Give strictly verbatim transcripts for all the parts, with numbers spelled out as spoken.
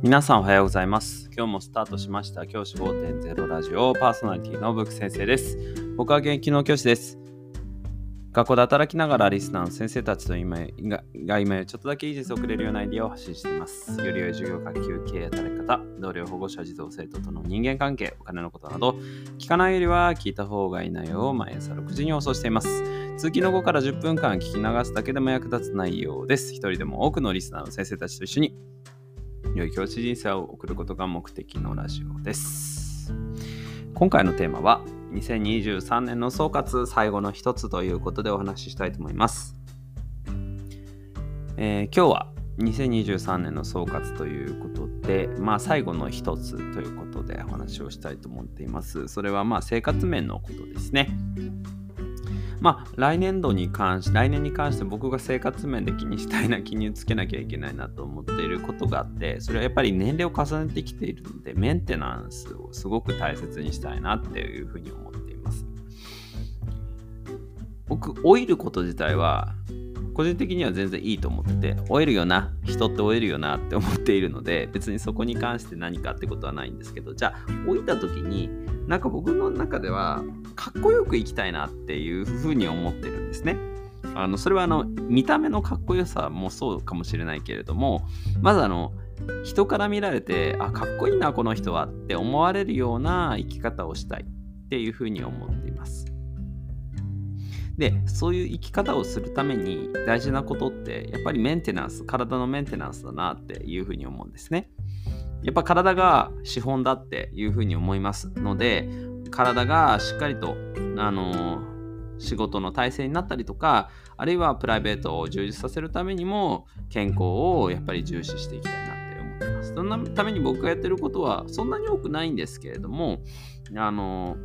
皆さんおはようございます。今日もスタートしました教師 ごてんゼロ ラジオパーソナリティのブック先生です。僕は現役の教師です。学校で働きながらリスナーの先生たちと今がが今よりちょっとだけいい人生を送れるようなアイディアを発信しています。より良い授業、学級、経営、働き方、同僚、保護者、児童、生徒との人間関係、お金のことなど、聞かないよりは聞いた方がいい内容を毎朝ろくじに放送しています。通勤の後からじゅっぷんかん聞き流すだけでも役立つ内容です。一人でも多くのリスナーの先生たちと一緒に良い教師人生を送ることが目的のラジオです。今回のテーマはにせんにじゅうさんねんの総括最後の一つということでお話ししたいと思います。えー、今日はにせんにじゅうさんねんの総括ということで、まあ最後の一つということでお話をしたいと思っています。それはまあ生活面のことですね。まあ来年度に関し来年に関して僕が生活面で気にしたいな気につけなきゃいけないなと思っていることがあって、それはやっぱり年齢を重ねてきているのでメンテナンスをすごく大切にしたいなっていうふうに思っています。僕老いること自体は個人的には全然いいと思ってて、老いるよな、人って老いるよなって思っているので、別にそこに関して何かってことはないんですけど、じゃあ老いた時になんか僕の中ではかっこよく生きたいなっていうふうに思ってるんですね。あのそれはあの見た目のかっこよさもそうかもしれないけれども、まずあの人から見られてあかっこいいなこの人はって思われるような生き方をしたいっていうふうに思っています。で、そういう生き方をするために大事なことってやっぱりメンテナンス、体のメンテナンスだなっていうふうに思うんですね。やっぱ体が資本だっていうふうに思いますので、体がしっかりとあの仕事の体制になったりとか、あるいはプライベートを充実させるためにも健康をやっぱり重視していきたいなって思っています。そのために僕がやってることはそんなに多くないんですけれども、あの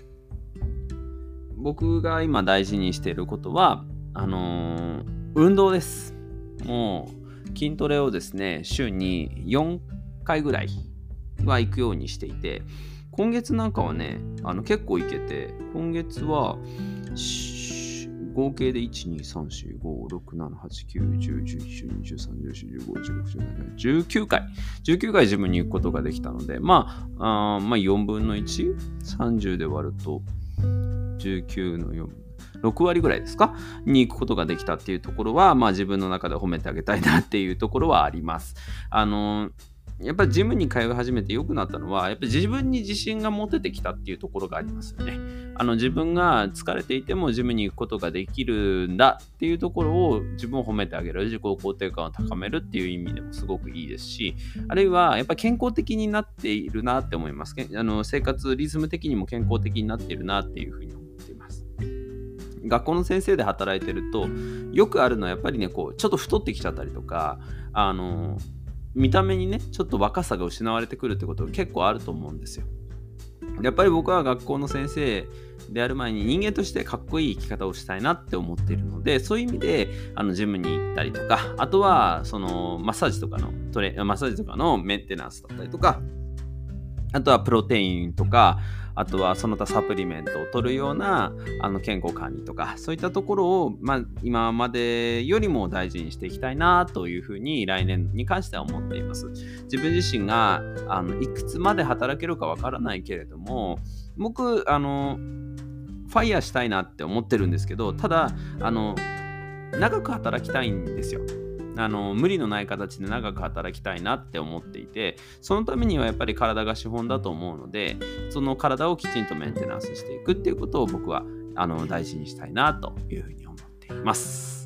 僕が今大事にしていることはあの運動です。もう筋トレをですね週によんかいぐらいは行くようにしていて、今月なんかはねあの結構行けて、今月は合計でいち、に、さん、よん、ご、ろく、なな、はち、きゅう、じゅう、じゅういち、じゅうに、じゅうさん、じゅうよん、じゅうご、じゅうろく、じゅうなな、じゅうきゅうかいじゅうきゅうかい自分に行くことができたので、まあ、あまあよんぶんのいち、さんじゅうで割るとじゅうきゅうのよん、ろくわりぐらいですかに行くことができたっていうところは、まあ自分の中で褒めてあげたいなっていうところはあります。あのやっぱりジムに通い始めて良くなったのは、やっぱり自分に自信が持ててきたっていうところがありますよね。あの自分が疲れていてもジムに行くことができるんだっていうところを自分を褒めてあげる、自己肯定感を高めるっていう意味でもすごくいいですし、あるいはやっぱり健康的になっているなって思います。あの生活リズム的にも健康的になっているなっていうふうに思っています。学校の先生で働いてるとよくあるのはやっぱりねこうちょっと太ってきちゃったりとか、あの見た目にねちょっと若さが失われてくるってことが結構あると思うんですよ。やっぱり僕は学校の先生である前に人間としてかっこいい生き方をしたいなって思っているので、そういう意味であのジムに行ったりとか、あとはそのマッサージとかのトレマッサージとかのメンテナンスだったりとか、あとはプロテインとか、あとはその他サプリメントを取るようなあの健康管理とか、そういったところを、まあ、今までよりも大事にしていきたいなというふうに来年に関しては思っています。自分自身があのいくつまで働けるかわからないけれども、僕あのファイヤーしたいなって思ってるんですけど、ただあの長く働きたいんですよ。あの無理のない形で長く働きたいなって思っていて、そのためにはやっぱり体が資本だと思うので、その体をきちんとメンテナンスしていくっていうことを僕はあの大事にしたいなというふうに思っています。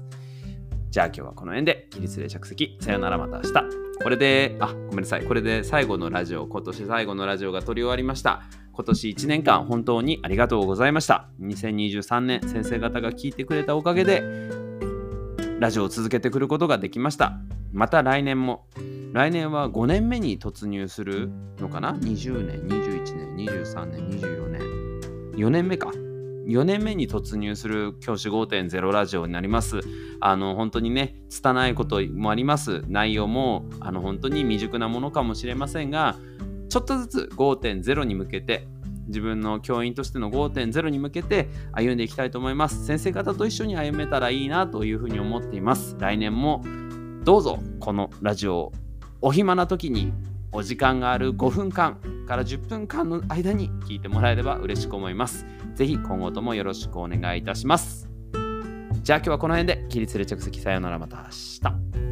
じゃあ今日はこの辺で起立例着席、さよならまた明日。これであごめんなさいこれで最後のラジオ、今年最後のラジオが撮り終わりました。今年いちねんかん本当にありがとうございました。にせんにじゅうさんねん先生方が聞いてくれたおかげでラジオを続けてくることができました。また来年も、来年はごねんめに突入するのかな ?にじゅうねん、にじゅういちねん、にじゅうさんねん、にじゅうよねん、よねんめか。よねんめに突入する教師 ごてんゼロ ラジオになります。あの本当にね、拙いこともあります。内容もあの本当に未熟なものかもしれませんが、ちょっとずつ ごてんゼロ に向けて自分の教員としての ごてんゼロ に向けて歩んでいきたいと思います。先生方と一緒に歩めたらいいなというふうに思っています。来年もどうぞこのラジオをお暇な時にお時間があるごふんかんからじゅっぷんかんの間に聞いてもらえれば嬉しく思います。ぜひ今後ともよろしくお願いいたします。じゃあ今日はこの辺で起立で着席、さようなら、また明日。